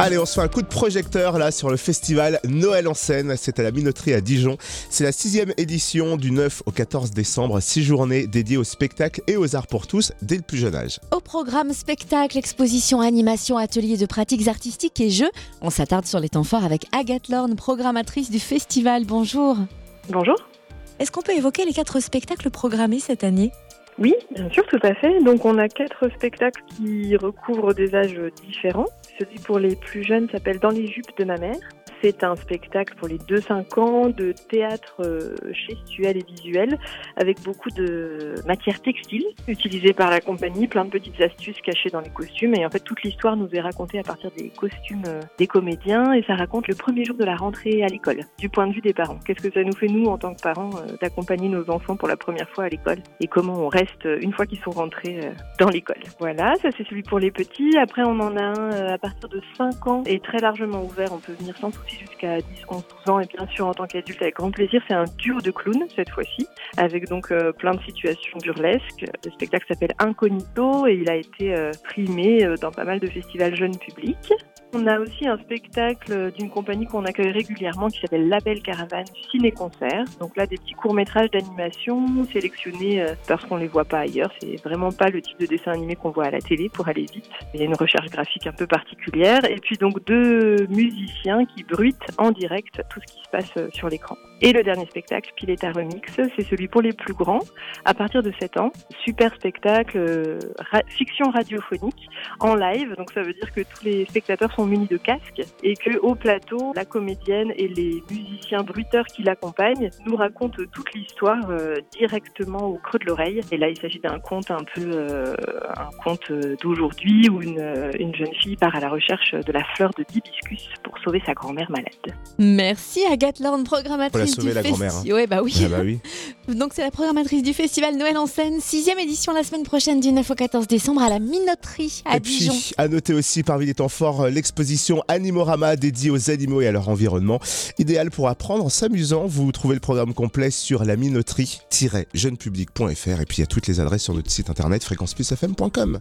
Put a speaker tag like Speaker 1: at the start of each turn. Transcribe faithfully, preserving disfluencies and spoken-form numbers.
Speaker 1: Allez, on se fait un coup de projecteur là sur le festival Noël en scène. C'est à la Minoterie à Dijon. C'est la sixième édition du neuf au quatorze décembre. Six journées dédiées au spectacle et aux arts pour tous dès le plus jeune âge.
Speaker 2: Au programme spectacle, exposition, animation, ateliers de pratiques artistiques et jeux. On s'attarde sur les temps forts avec Agathe Lorne, programmatrice du festival. Bonjour.
Speaker 3: Bonjour.
Speaker 2: Est-ce qu'on peut évoquer les quatre spectacles programmés cette année ?
Speaker 3: Oui, bien sûr, tout à fait. Donc on a quatre spectacles qui recouvrent des âges différents. Celui pour les plus jeunes s'appelle Dans les jupes de ma mère. C'est un spectacle pour les deux cinq ans de théâtre gestuel et visuel avec beaucoup de matières textiles utilisées par la compagnie, plein de petites astuces cachées dans les costumes. Et en fait, toute l'histoire nous est racontée à partir des costumes des comédiens et ça raconte le premier jour de la rentrée à l'école, du point de vue des parents. Qu'est-ce que ça nous fait, nous, en tant que parents, d'accompagner nos enfants pour la première fois à l'école et comment on reste une fois qu'ils sont rentrés dans l'école. Voilà, ça c'est celui pour les petits. Après, on en a un à partir de cinq ans et très largement ouvert. On peut venir sans souci jusqu'à dix, onze, douze ans et bien sûr en tant qu'adulte avec grand plaisir. C'est un duo de clowns cette fois-ci avec donc euh, plein de situations burlesques. Le spectacle s'appelle Incognito et il a été euh, primé euh, dans pas mal de festivals jeunes publics. On a aussi un spectacle d'une compagnie qu'on accueille régulièrement qui s'appelle La Belle Caravane Ciné-Concert. Donc là, des petits courts-métrages d'animation sélectionnés parce qu'on ne les voit pas ailleurs. C'est vraiment pas le type de dessin animé qu'on voit à la télé pour aller vite. Il y a une recherche graphique un peu particulière. Et puis donc deux musiciens qui bruitent en direct tout ce qui se passe sur l'écran. Et le dernier spectacle, Pileta Remix, c'est celui pour les plus grands, à partir de sept ans. Super spectacle, euh, ra- fiction radiophonique en live. Donc ça veut dire que tous les spectateurs sont munis de casques et que au plateau, la comédienne et les musiciens bruiteurs qui l'accompagnent nous racontent toute l'histoire euh, directement au creux de l'oreille. Et là, il s'agit d'un conte un peu euh, un conte d'aujourd'hui où une, une jeune fille part à la recherche de la fleur de d'hibiscus pour sauver sa grand-mère malade.
Speaker 2: Merci Agathe Lorne, programmatrice
Speaker 1: Faut la sauver,
Speaker 2: du
Speaker 1: la
Speaker 2: festi-
Speaker 1: grand-mère, hein.
Speaker 2: Ouais, bah oui.
Speaker 1: Ah bah oui.
Speaker 2: Donc c'est la programmatrice du festival Noël en scène, sixième édition la semaine prochaine du neuf au quatorze décembre à la Minoterie à
Speaker 1: Et
Speaker 2: Dijon.
Speaker 1: puis, à noter aussi parmi les temps forts, l'exposition Animorama dédiée aux animaux et à leur environnement. Idéal pour apprendre en s'amusant. Vous trouvez le programme complet sur la minoterie tiret jeune public point f r et puis il y a toutes les adresses sur notre site internet fréquence plus f m point com.